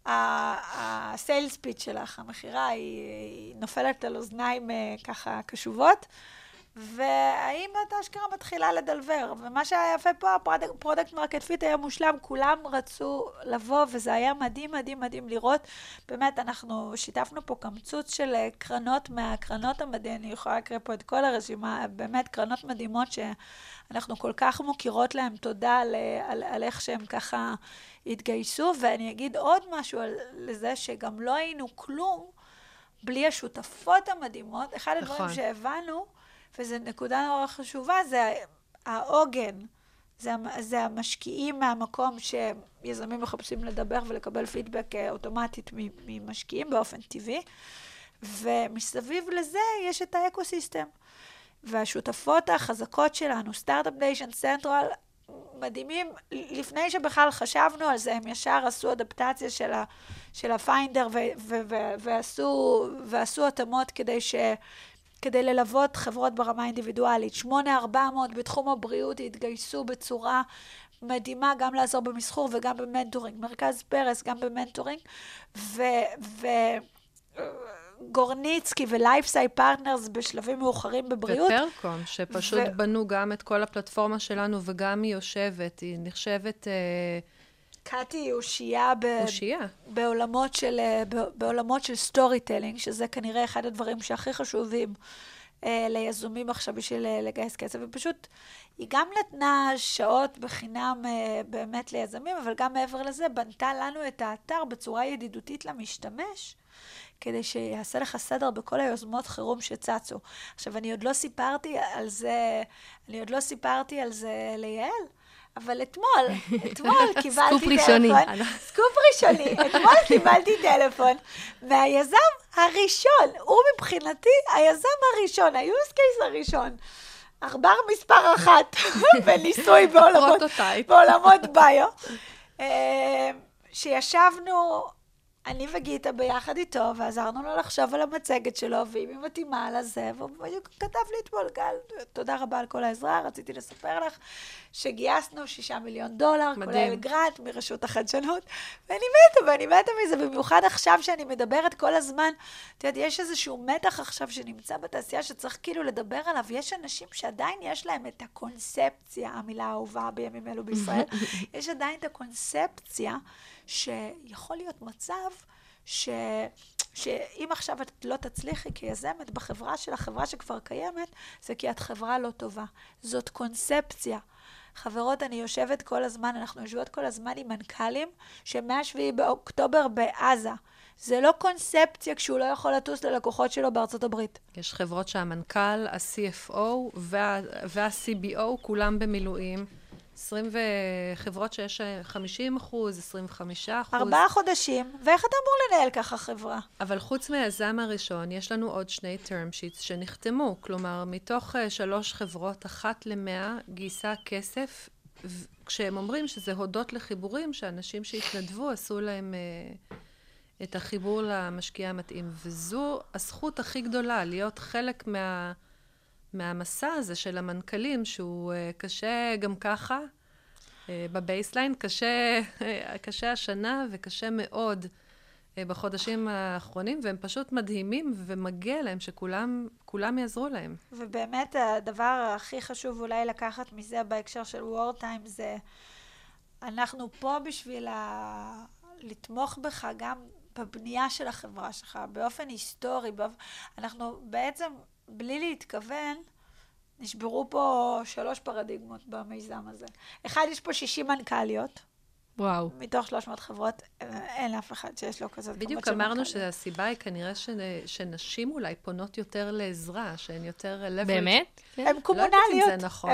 הסיילס פיץ' שלך, המחירה היא נופלת על אוזניים ככה קשובות, והאם אתה אשכרה מתחילה לדלבר, ומה שהיה יפה פה, הפרודקט מרקט פיט היה מושלם, כולם רצו לבוא, וזה היה מדהים, מדהים, מדהים לראות. באמת, אנחנו שיתפנו פה קמצוץ של קרנות מהקרנות המדהים, אני יכולה לקרוא פה את כל הרשימה, באמת קרנות מדהימות שאנחנו כל כך מוכירות להם תודה על איך שהם ככה התגייסו, ואני אגיד עוד משהו על זה, שגם לא היינו כלום בלי השותפות המדהימות. אחד הדברים שהבנו, וזו נקודה נורא חשובה, זה העוגן, זה המשקיעים מהמקום שיזמים מחפשים לדבר ולקבל פידבק אוטומטית ממשקיעים באופן טבעי, ומסביב לזה יש את האקוסיסטם. והשותפות החזקות שלנו, סטארט-אפ ניישן סנטרל, מדהימים, לפני שבכלל חשבנו על זה, הם ישר עשו אדפטציה של הפיינדר ועשו התאמות כדי ללוות חברות ברמה אינדיבידואלית. 8400 בתחום הבריאות התגייסו בצורה מדהימה, גם לעזור במסחור וגם במנטורינג. מרכז פרס גם במנטורינג, גורניצקי ולייפסאי פרטנרס בשלבים מאוחרים בבריאות. ופרקום, שפשוט בנו גם את כל הפלטפורמה שלנו, וגם היא יושבת, היא נחשבת קאטי היא אושייה בעולמות של סטורי טלינג, שזה כנראה אחד הדברים שהכי חשובים ליזומים עכשיו בשביל לגייס כסף, ופשוט היא גם נתנה שעות בחינם באמת ליזמים, אבל גם מעבר לזה בנתה לנו את האתר בצורה ידידותית למשתמש, כדי שיעשה לך סדר בכל היוזמות חירום שצצו. עכשיו, אני עוד לא סיפרתי על זה ליעל, אבל אתמול קיבלתי סקופ ראשוני, אתמול קיבלתי טלפון מהיזם הראשון, הוא מבחינתי היזם הראשון, ה-use case הראשון, עכבר מספר 1 בניסוי בעולמות ביו, שישבנו אני וגיטה ביחד איתו, ועזרנו לו לחשוב על המצגת שלו, ואם היא מתאימה על הזה, והוא כתב לי אתמול, גל, תודה רבה על כל העזרה, רציתי לספר לך שגייסנו $6 מיליון, כולל גרנט מרשות החדשנות, ואני מתה מזה, במיוחד עכשיו שאני מדברת כל הזמן, את יודעת, יש איזשהו מתח עכשיו שנמצא בתעשייה שצריך כאילו לדבר עליו, יש אנשים שעדיין יש להם את הקונספציה, המילה האהובה בימים אלו בישראל, יש עדיין את הקונספציה, שיכול להיות מצב שאם עכשיו את לא תצליחי כיזמת בחברה של החברה שכבר קיימת, זה כי את חברה לא טובה. זאת קונספציה. חברות, אני יושבת כל הזמן, אנחנו יושבות כל הזמן עם מנכ"לים, שמה-7 באוקטובר בעזה. זה לא קונספציה כשהוא לא יכול לטוס ללקוחות שלו בארצות הברית. יש חברות שהמנכ"ל, ה-CFO וה-CBO, כולם במילואים. 20 חברות שיש 50%, 25%. 4 חודשים, ואיך אתה אמור לנהל ככה חברה? אבל חוץ מהיזם הראשון, יש לנו עוד 2 term sheets שנחתמו. כלומר, מתוך 3 חברות, 1 ל-100 גייסה כסף, כשהם אומרים שזה הודות לחיבורים, שאנשים שהתנדבו עשו להם את החיבור למשקיע המתאים. וזו הזכות הכי גדולה, להיות חלק מהמסע הזה של המנכ"לים, שהוא קשה גם ככה, בבייסליין, קשה השנה וקשה מאוד בחודשים האחרונים, והם פשוט מדהימים ומגיע להם שכולם יעזרו להם. ובאמת הדבר הכי חשוב אולי לקחת מזה בהקשר של וורטיים, זה אנחנו פה בשביל לתמוך בך גם בבנייה של החברה שלך, באופן היסטורי, אנחנו בעצם בלי להתכוון, נשברו פה 3 פרדיגמות במיזם הזה. אחד, יש פה 60 מנכ"ליות. וואו. מתוך 300 חברות, אין אף אחד שיש לו כזאת. בדיוק אמרנו שהסיבה היא כנראה שנשים אולי פונות יותר לעזרה, שהן יותר leverage. באמת? הן קומונליות. לא יודעת אם זה נכון.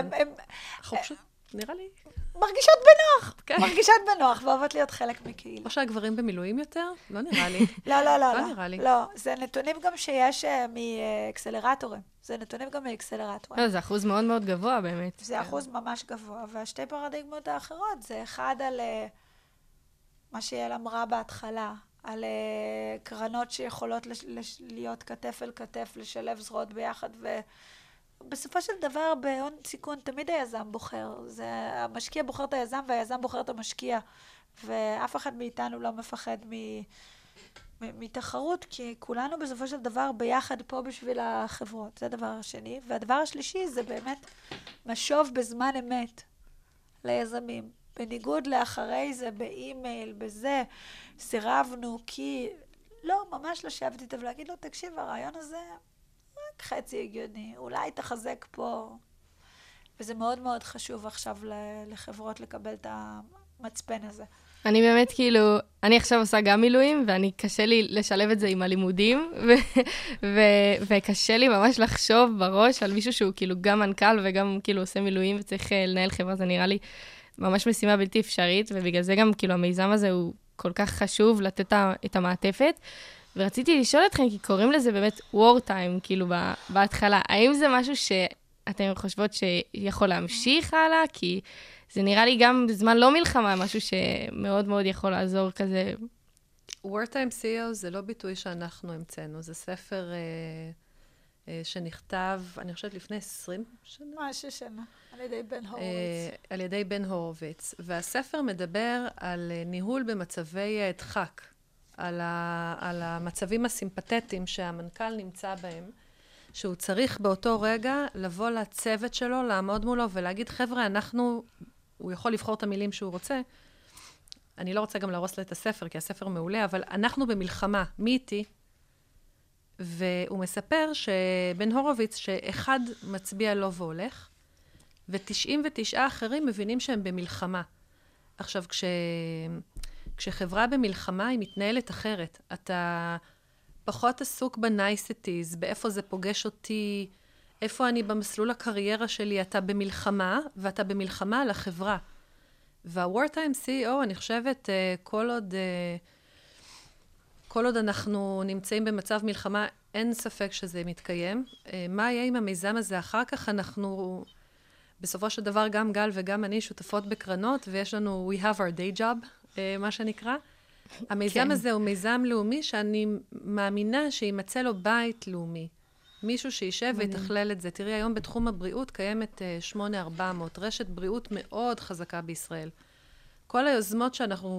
נראה לי. מרגישות בנוח. מרגישות בנוח, ואוהבות להיות חלק מקהילה. או שהגברים במילואים יותר? לא נראה לי. לא נראה לי. לא, זה נתונים גם שיש מאקסלרטורים. זה נתונים גם מאקסלרטורים. לא, זה אחוז מאוד מאוד גבוה באמת. זה אחוז ממש גבוה. והשתי פרדיגמות האחרות, זה אחד על מה שיעל אמרה בהתחלה, על קרנות שיכולות להיות כתף אל כתף, לשלב זרועות ביחד, ובסופו של דבר בהון סיכון תמיד היזם בוחר. המשקיע בוחר את היזם והיזם בוחר את המשקיע, ואף אחד מאיתנו לא מפחד מתחרות, כי כולנו בסופו של דבר ביחד פה בשביל החברות. זה הדבר השני. והדבר השלישי זה באמת משוב בזמן אמת ליזמים. בניגוד לאחרי זה, באימייל, בזה, סירבנו, כי לא, ממש לשבת איתה ולהגיד לו, תקשיב, הרעיון הזה רק חצי הגיוני, אולי תחזק פה. וזה מאוד מאוד חשוב עכשיו לחברות לקבל את המצפן הזה. אני באמת כאילו, אני עכשיו עושה גם מילואים, ואני קשה לי לשלב את זה עם הלימודים, וקשה לי ממש לחשוב בראש על מישהו שהוא כאילו גם מנכ"ל וגם כאילו עושה מילואים וצריך לנהל חברה, זה נראה לי ממש משימה בלתי אפשרית, ובגלל זה גם כאילו המיזם הזה הוא כל כך חשוב לתת את המעטפת. ורציתי לשאול אתכם, כי קוראים לזה באמת wartime, כאילו בהתחלה, האם זה משהו שאתם חושבות שיכול להמשיך הלאה? כי זה נראה לי גם בזמן לא מלחמה, משהו שמאוד מאוד יכול לעזור כזה. wartime CEO זה לא ביטוי שאנחנו המצאנו, זה ספר שנכתב, אני חושבת לפני 20 שנה. משהו שנה, על ידי בן הורוביץ. על ידי בן הורוביץ. והספר מדבר על ניהול במצבי דחק, על המצבים הסימפתטיים שהמנכ"ל נמצא בהם, שהוא צריך באותו רגע לבוא לצוות שלו, לעמוד מולו ולהגיד, חבר'ה, הוא יכול לבחור את המילים שהוא רוצה. אני לא רוצה גם להרוס לו את הספר, כי הספר מעולה, אבל אנחנו במלחמה, מי איתי? והוא מספר שבן הורוביץ, שאחד מצביע לו והולך, ו99 אחרים מבינים שהם במלחמה. עכשיו, כשחברה במלחמה היא מתנהלת אחרת. אתה פחות עסוק בנייסיטיז, באיפה זה פוגש אותי, איפה אני במסלול הקריירה שלי, אתה במלחמה, ואתה במלחמה על החברה. וה-wartime CEO, אני חושבת, כל עוד אנחנו נמצאים במצב מלחמה, אין ספק שזה מתקיים. מה יהיה עם המיזם הזה אחר כך? אנחנו, בסופו של דבר, גם גל וגם אני שותפות בקרנות, ויש לנו, we have our day job, מה שנקרא. המיזם הזה הוא מיזם לאומי, שאני מאמינה שימצא לו בית לאומי. מישהו שישב ויתכלל את זה. תראי, היום בתחום הבריאות קיימת 8400, רשת בריאות מאוד חזקה בישראל. כל היוזמות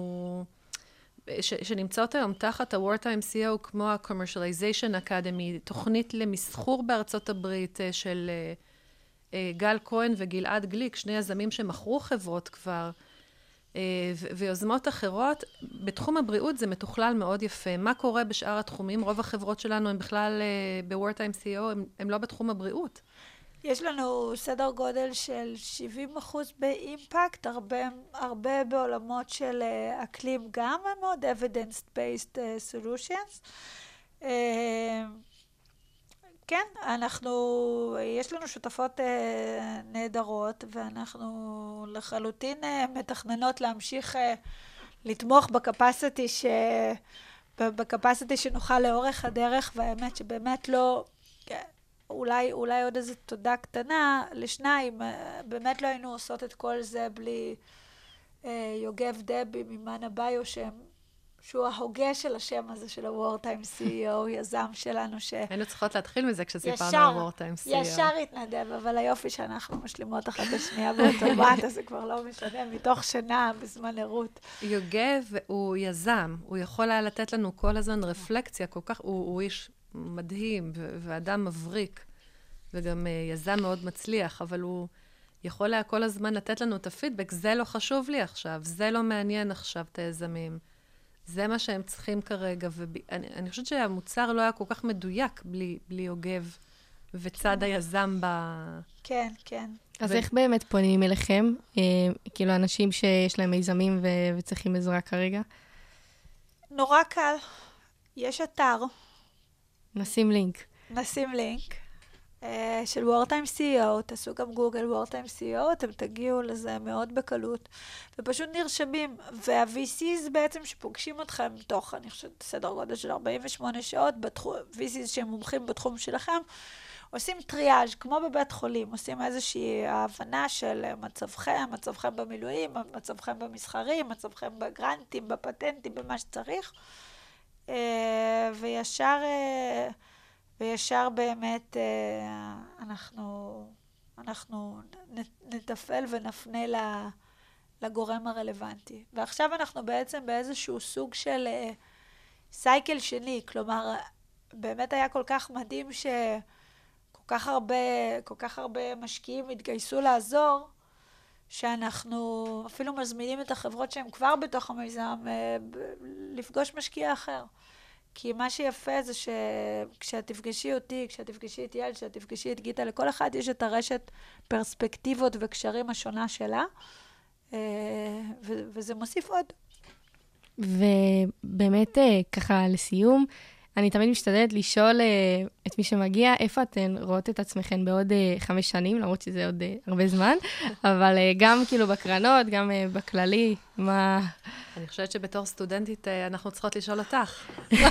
שנמצאות היום תחת ה-wartime CEO, כמו ה-commercialization academy, תוכנית למסחור בארצות הברית של גל כהן וגלעד גליק, שני יזמים שמכרו חברות כבר, ויוזמות אחרות. בתחום הבריאות זה מתוכלל מאוד יפה. מה קורה בשאר התחומים? רוב החברות שלנו הם בכלל ב-Wartime CEO, הם לא בתחום הבריאות. יש לנו סדר גודל של 70% באימפקט, הרבה בעולמות של אקלים גם, מאוד evidence-based solutions. כן, יש לנו שותפות נהדרות, ואנחנו לחלוטין מתכננות להמשיך לתמוך בקפסיטי שנוכל לאורך הדרך, והאמת שבאמת לא, אולי עוד איזו תודה קטנה לשניים, באמת לא היינו עושות את כל זה בלי יוגב דבי ממאנה ביו, שהוא ההוגה של השם הזה של ה-Wartime CEO, יזם שלנו היינו צריכות להתחיל מזה כשסיפרנו על ה-Wartime CEO. ישר התנדב, אבל היופי שאנחנו משלימות אחת לשנייה באוטומט, אז זה כבר לא משנה, מתוך שינה, בזמן ערות. יוגב הוא יזם, הוא יכול היה לתת לנו כל הזמן רפלקציה, כל כך, הוא איש מדהים, ואדם מבריק, וגם יזם מאוד מצליח, אבל הוא יכול היה כל הזמן לתת לנו את הפידבק, זה לא חשוב לי עכשיו, זה לא מעניין עכשיו את היזמים. זה מה שהם צריכים כרגע, ואני חושבת שהמוצר לא היה כל כך מדויק בלי יוגב וצד היזם כן, כן. אז איך באמת פונים אליכם? כאילו אנשים שיש להם מיזמים וצריכים עזרה כרגע? נורא קל. יש אתר. נשים לינק. של Wartime CEO, תעשו גם גוגל Wartime CEO, אתם תגיעו לזה מאוד בקלות, ופשוט נרשמים, וה-VCs בעצם שפוגשים אתכם תוך, אני חושבת, סדר גודל של 48 שעות, VCs שהם מומחים בתחום שלכם, עושים טריאז' כמו בבית חולים, עושים איזושהי הבנה של מצבכם במילואים, מצבכם במסחרים, מצבכם בגרנטים, בפטנטים, במה שצריך, וישר באמת אנחנו נטפל ונפנה לגורם הרלוונטי. ועכשיו אנחנו בעצם באיזשהו סוג של סייקל שני, כלומר, באמת היה כל כך מדהים שכל כך הרבה משקיעים התגייסו לעזור, שאנחנו אפילו מזמינים את החברות שהן כבר בתוך המיזם לפגוש משקיע אחר. כי מה שיפה זה שכשאת תפגשי אותי, כשאת תפגשי את יעל, כשאת תפגשי את גיטה, לכל אחד יש את הרשת פרספקטיבות וקשרים השונה שלה, וזה מוסיף עוד. ובאמת, ככה לסיום, אני תמיד משתדלת לשאול את מי שמגיע, איפה אתן רואות את עצמכן בעוד 5 שנים, למרות שזה עוד הרבה זמן, אבל גם כאילו בקרנות, גם בכללי, מה... אני חושבת שבתור סטודנטית אנחנו צריכות לשאול אותך.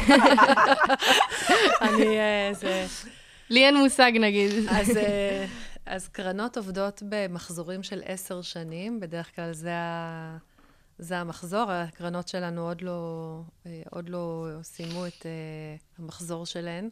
לי אין מושג נגיד. אז קרנות עובדות במחזורים של 10 שנים, בדרך כלל זה המחזור, הקרנות שלנו עוד לא סיימו את המחזור שלהן,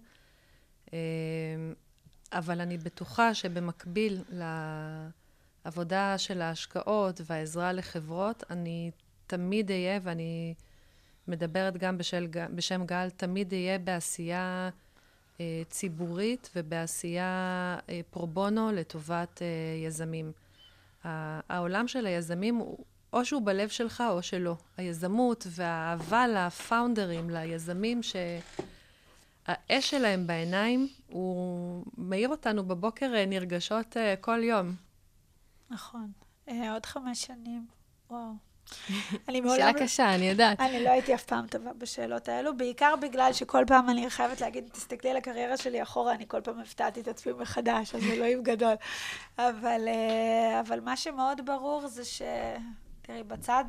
אבל אני בטוחה שבמקביל לעבודה של ההשקעות והעזרה לחברות, אני תמיד אהיה, ואני מדברת גם בשם גל, תמיד אהיה בעשייה ציבורית ובעשייה פרובונו לטובת יזמים. העולם של היזמים הוא או שהוא בלב שלך או שלא. היזמות והאהבה לפאונדרים, ליזמים שהאש שלהם בעיניים, הוא מאיר אותנו בבוקר נרגשות כל יום. נכון. עוד 5 שנים. וואו. שאלה קשה, אני יודעת. אני לא הייתי אף פעם טובה בשאלות האלו, בעיקר בגלל שכל פעם אני חייבת להגיד, תסתכלי על הקריירה שלי אחורה, אני כל פעם הפתעתי את עצמי מחדש, אז זה אלוהים גדול. אבל מה שמאוד ברור זה תראי,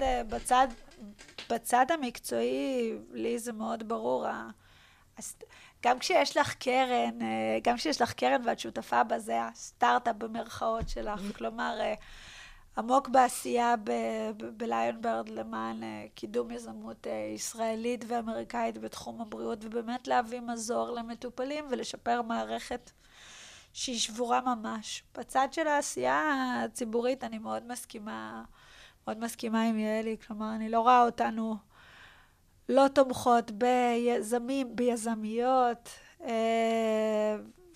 בצד המקצועי, לי זה מאוד ברור, גם כשיש לך קרן ואת שותפה בזה, הסטארט-אפ במרכאות שלך, כלומר, עמוק בעשייה בליונברד למען קידום יזמות ישראלית ואמריקאית בתחום הבריאות, ובאמת להביא מזור למטופלים ולשפר מערכת שהיא שבורה ממש. בצד של העשייה הציבורית אני מאוד מסכימה עם יעלי, כלומר אני לא רואה אותנו לא תומכות ביזמיות,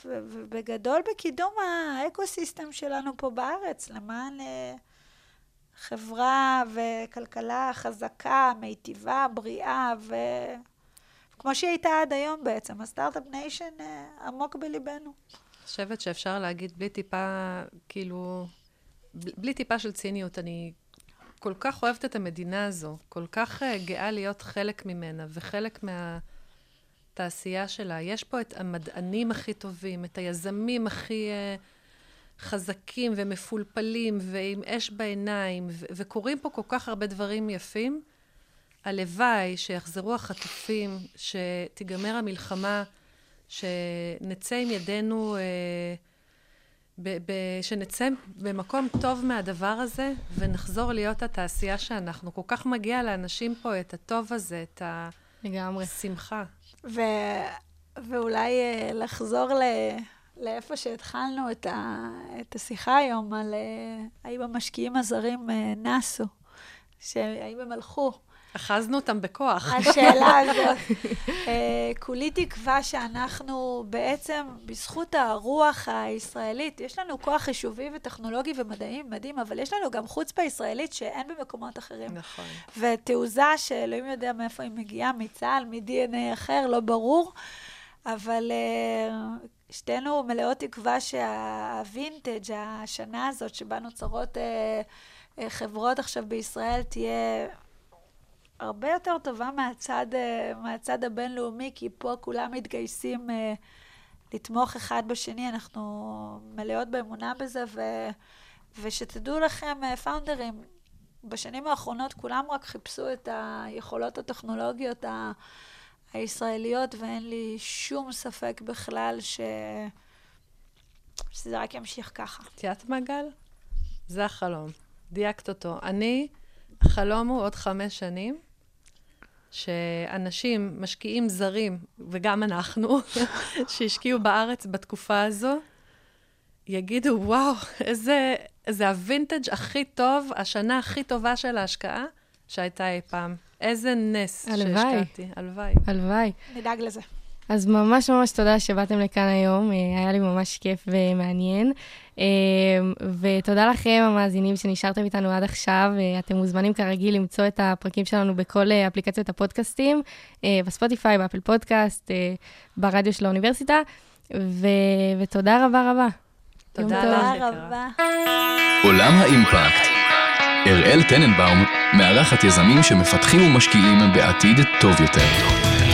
ובגדול בקידום האקוסיסטם שלנו פה בארץ, למען חברה וכלכלה חזקה, מיטיבה, בריאה, וכמו שהיא הייתה עד היום בעצם, הסטארט-אפ ניישן עמוק בליבנו. אני חושבת שאפשר להגיד בלי טיפה, כאילו, בלי טיפה של ציניות, אני כל כך אוהבת את המדינה הזו, כל כך גאה להיות חלק ממנה, וחלק מהתעשייה שלה. יש פה את המדענים הכי טובים, את היזמים הכי חזקים ומפולפלים, ועם אש בעיניים, וקורים פה כל כך הרבה דברים יפים. הלוואי שיחזרו החטופים, שתיגמר המלחמה, שנצא עם ידינו, שנצא במקום טוב מהדבר הזה, ונחזור להיות התעשייה שאנחנו. כל כך מגיע לאנשים פה את הטוב הזה, את השמחה. ואולי לחזור לאיפה שהתחלנו את השיחה היום, על האם המשקיעים הזרים נסו, שהאם הם הלכו. אחזנו אותם בכוח. השאלה הזאת. כולי תקווה שאנחנו בעצם, בזכות הרוח הישראלית, יש לנו כוח חישובי וטכנולוגי ומדעי מדהים, אבל יש לנו גם חוצפה ישראלית שאין במקומות אחרים. נכון. ותעוזה שאלוהים יודע מאיפה היא מגיעה, מצה"ל, מ-DNA אחר, לא ברור, אבל שתינו מלאות תקווה שהווינטג', השנה הזאת שבה נוצרות חברות עכשיו בישראל, תהיה הרבה יותר טובה מהצד הבינלאומי, כי פה כולם מתגייסים לתמוך אחד בשני, אנחנו מלאות באמונה בזה, ושתדעו לכם, פאונדרים, בשנים האחרונות כולם רק חיפשו את היכולות הטכנולוגיות הישראליות, ואין לי שום ספק בכלל שזה רק ימשיך ככה. תיאת מעגל? זה החלום. דייקת אותו. החלום הוא עוד 5 שנים, שאנשים, משקיעים זרים, וגם אנחנו, שהשקיעו בארץ בתקופה הזו, יגידו, וואו, זה הווינטג' הכי טוב, השנה הכי טובה של ההשקעה שהייתה אי פעם. איזה נס שהשקעתי. הלוואי. הלוואי. נדאג לזה. אז ממש ממש תודה שבאתם לכאן היום, היה לי ממש כיף ומעניין. ותודה לכם המאזינים שנשארתם איתנו עד עכשיו, אתם מוזמנים כרגיל למצוא את הפרקים שלנו בכל אפליקציות הפודקאסטים, בספוטיפיי, באפל פודקאסט, ברדיו של האוניברסיטה, ותודה רבה רבה. תודה רבה. עולם האימפקט. אראל טננבאום מארחת יזמים שמפתחים ומשקיעים בעתיד טוב יותר.